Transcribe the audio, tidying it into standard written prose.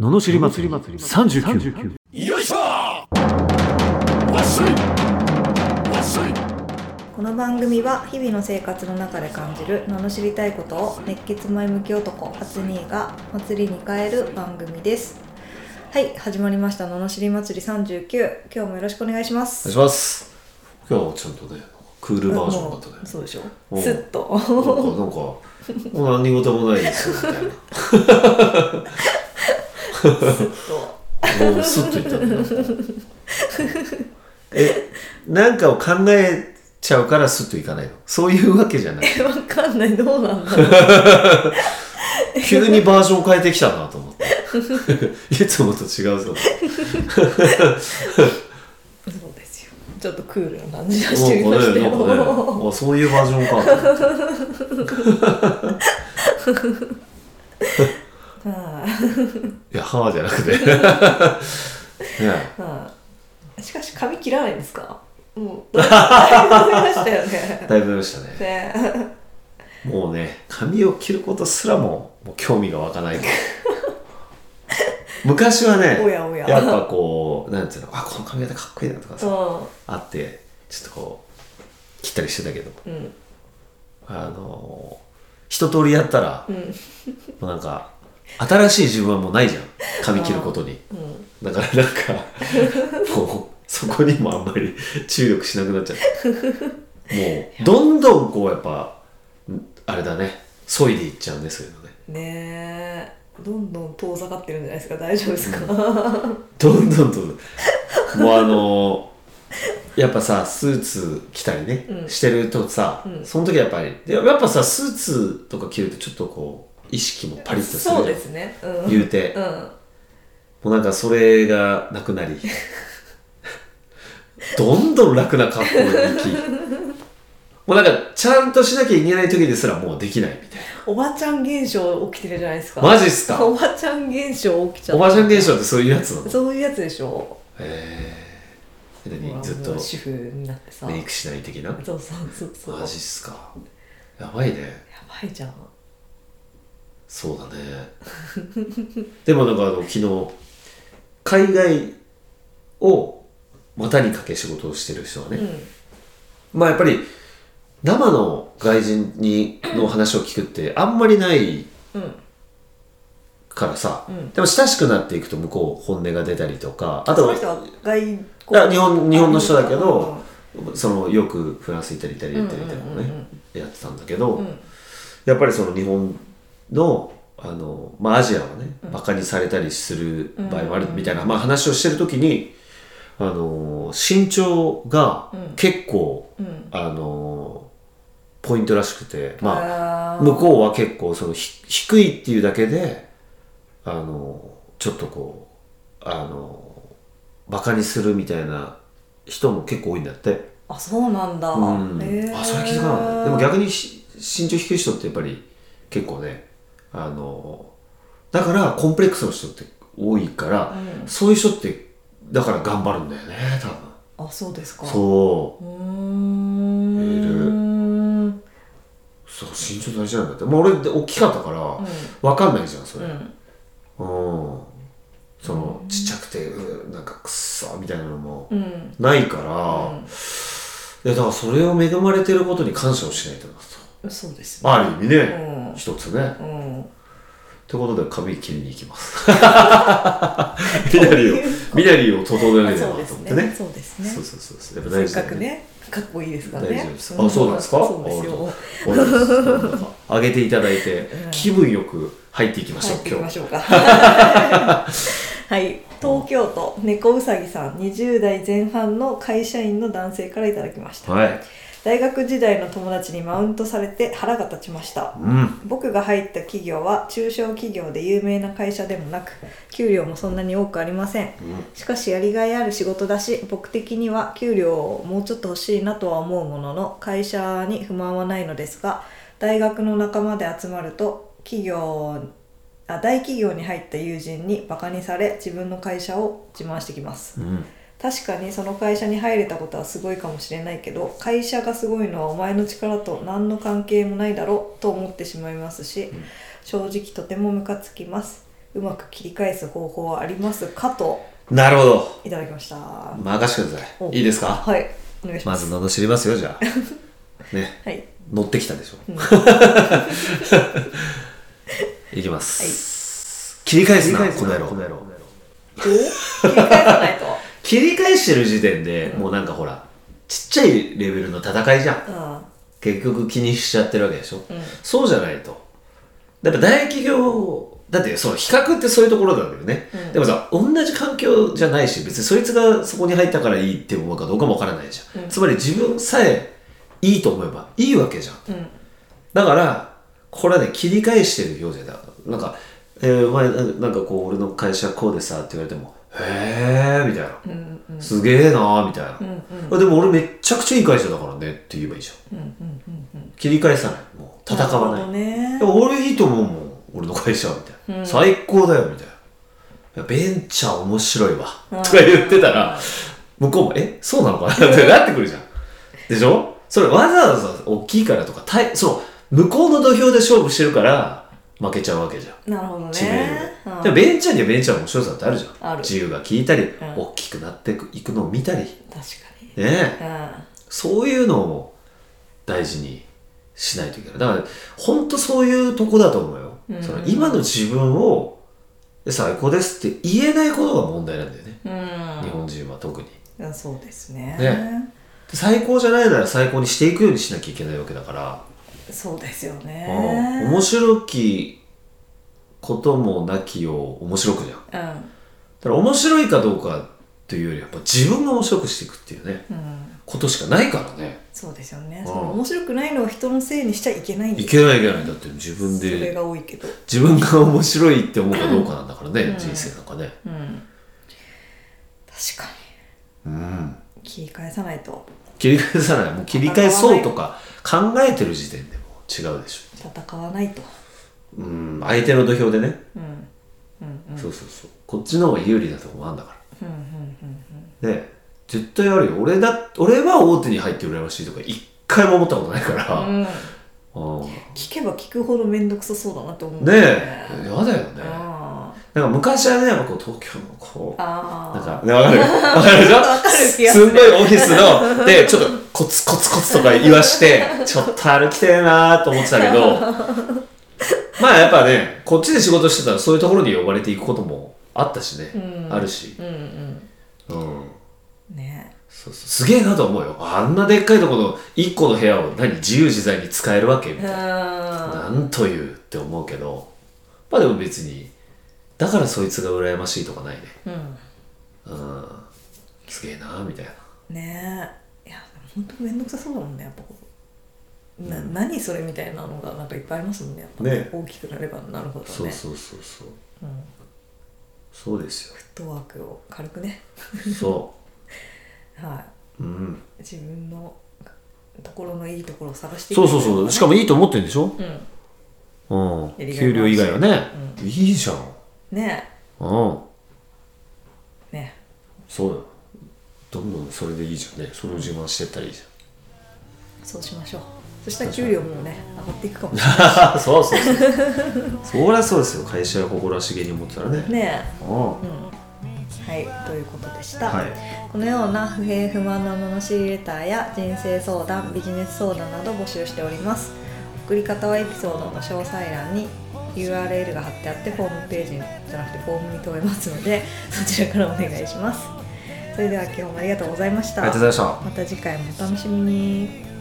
ののしり祭り39。 よいしょわっしょいわっしょい。 この番組は日々の生活の中で感じる罵りたいことを熱血前向き男初兄が祭りに変える番組です。はい、始まりました罵り祭り39。今日もよろしくお願いします。 お願いします。今日はちゃんとねクールバージョンだったね。 そうでしょ、スッとなんかもう何事もないですよみたいなスッともうスッといったんだなんかを考えちゃうからスッといかないの、そういうわけじゃない。 わかんない、どうなんだろう急にバージョン変えてきたなと思っていつもと違うぞそうですよ、ちょっとクールな感じがしてみましたよ。 なんかね、そういうバージョンかいや、はぁじゃなくてね、しかし髪切らないんですか？もうだいぶ増えましたよね。 だいぶ増えましたね。もうね、髪を切ることすらもう興味が湧かない昔はね、 おやおややっぱこうなんていうの、この髪型かっこいいなとかさ、あってちょっとこう切ったりしてたけど、一通りやったら、もうなんか新しい自分はもうないじゃん、髪切ることに。だからなんかもうそこにもあんまり注力しなくなっちゃってもうどんどんこうやっぱあれだね、削いでいっちゃうね、そういうのね。 ねえ、どんどん遠ざかってるんじゃないですか。大丈夫ですか？ どんどんともうやっぱさ、スーツ着たりね、してるとさ、その時はやっぱりやっぱさ、スーツとか着るとちょっとこう意識もパリッとする。 そうですね、 言うて、もうなんかそれがなくなりどんどん楽な格好で生きもうなんかちゃんとしなきゃいけない時ですらもうできないみたいな。 おばちゃん現象起きてるじゃないですか。 マジっすか？ おばちゃん現象起きちゃった。 おばちゃん現象ってそういうやつなの？ そういうやつでしょ。 ずっと主婦になってさ、 メイクしない的な。 そう。 マジっすか？やばいね。 やばいじゃん。 そうだねでもなんか昨日海外を股にかけ仕事をしてる人はね、まあやっぱり生の外人の話を聞くってあんまりないからさ、でも親しくなっていくと向こう本音が出たりとか、あとその人は日本の人だけど、そのよくフランス行ったりイタリア行ったりみたいなのをね、やってたんだけど、やっぱりその日本のアジアはね、バカにされたりする場合もあるみたいな、話をしてる時に身長が結構、ポイントらしくて、向こうは結構その低いっていうだけでちょっとこうバカにするみたいな人も結構多いんだって。 あ、そうなんだ。 それ気づかなかった。でも逆に身長低い人ってやっぱり結構ね、だからコンプレックスの人って多いから、そういう人ってだから頑張るんだよね、多分。 あ、そうですか。 そうそう、身長大事なんだって。もう俺大きかったから分かんないじゃん、それ。そのちっちゃくてなんかくっそみたいなのもないから、だからそれを恵まれてることに感謝をしないとなと。そうですね。 ある意味ね、一つね。ということで髪切りに行きます身なりを整えればと思ってね。 そうですね。 そうやっぱ大事だね。せっかくね、 かっこいいですからね。 大丈夫です。あ、そうなんですか？ そうですよ。 上げていただいて気分よく入っていきましょう。今日入っていきましょうか。はい、東京都猫うさぎさん、20代前半の会社員の男性からいただきました。大学時代の友達にマウントされて腹が立ちました。僕が入った企業は中小企業で有名な会社でもなく、給料もそんなに多くありません。しかしやりがいある仕事だし、僕的には給料をもうちょっと欲しいなとは思うものの、会社に不満はないのですが、大学の仲間で集まると大企業に入った友人にバカにされ、自分の会社を自慢してきます。確かにその会社に入れたことはすごいかもしれないけど、会社がすごいのはお前の力と何の関係もないだろうと思ってしまいますし、正直とてもムカつきます。 うまく切り返す方法はありますかとなるほど。 いただきました。 任してください。いいですか？ はい、お願いします。 まず罵りますよ、じゃあ。ね。 はい。 乗ってきたでしょ。 うん、 いきます。切り返すな、この野郎。 切り返さないと。 切り返してる時点で、もうなんかほら、ちっちゃいレベルの戦いじゃん。結局気にしちゃってるわけでしょ。そうじゃないと。やっぱ大企業、だってその比較ってそういうところなんだよね。でもさ、同じ環境じゃないし、別にそいつがそこに入ったからいいって思うかどうかもわからないじゃん。つまり自分さえいいと思えばいいわけじゃん。だから、これはね、切り返してるようじゃだ。なんか、お前なんかこう俺の会社こうでさって言われても、へーみたいな、すげーなーみたいな、でも俺めっちゃくちゃいい会社だからねって言えばいいじゃん。切り返さない、もう戦わない。でも俺いいと思うもん、俺の会社みたいな、最高だよみたいな、ベンチャー面白いわとか言ってたら、向こうもそうなのかなってなってくるじゃん。でしょ。それわざわざ大きいからとか、その向こうの土俵で勝負してるから負けちゃうわけじゃん。 なるほどね。 知名度で。でベンチャーにはベンチャーの面白さってあるじゃん。 ある。 自由が利いたり、大きくなっていくのを見たり。 確かに。ねえ、そういうのを大事にしないといけない。だから、本当そういうとこだと思うよ。その今の自分を最高ですって言えないことが問題なんだよね。日本人は特に。 そうですね。 最高じゃないなら最高にしていくようにしなきゃいけないわけだから。 そうですよね。 面白きこともなきよう面白くじゃん。だから面白いかどうかというよりやっぱ自分が面白くしていくっていうね、ことしかないからね。 そうですよね。その面白くないのを人のせいにしちゃいけないんです。 いけないだって自分で。 それが多いけど。 自分が面白いって思うかどうかなんだからね、人生なんかね。 確かに。切り返さないと。 切り返さない。もう切り返そうとか考えてる時点でも違うでしょ。 戦わないと。 相手の土俵でね。そうそうそう。こっちの方が有利だと思うんだから。ね、絶対あるよ。俺は大手に入って羨ましいとか一回も思ったことないから。 聞けば聞くほど面倒くさそうだなって思う。 ねえ、やだよね。なんか昔はね、やっぱこう東京のこう、なんかね、わかるでしょ。すんごいオフィスのでちょっとコツコツコツとか言わしてちょっと歩きてえなーと思ってたけど、まあやっぱね、こっちで仕事してたらそういうところに呼ばれていくこともあったしね、あるし、ね、そうすげえなと思うよ。あんなでっかいところの1個の部屋を自由自在に使えるわけみたいな、なんというって思うけど、まあでも別にだからそいつが羨ましいとかないね。すげえなみたいな。ねえ、いや本当面倒くさそうだもんね、やっぱこう。何それみたいなのがなんかいっぱいありますもんね。やっぱね、大きくなればなるほどね。そう。そうですよ。フットワークを軽くね。そう。はい。自分のところのいいところを探していく。そう。しかもいいと思ってるんでしょ。給料以外はね、いいじゃん。ねえ。ねえ。そうだよ。どんどんそれでいいじゃんね。それを自慢してったらいいじゃん。そうしましょう。そしたら給料もね、上がっていくかもしれない。そう。そりゃそうですよ。会社を誇らしげに思ってたらね。ねえ。はい、ということでした。このような不平不満の罵りレターや人生相談、ビジネス相談など募集しております。送り方はエピソードの詳細欄にURL が貼ってあって、ホームページじゃなくてフォームに飛べますので、そちらからお願いします。それでは今日もありがとうございました。ありがとうございました。また次回もお楽しみに。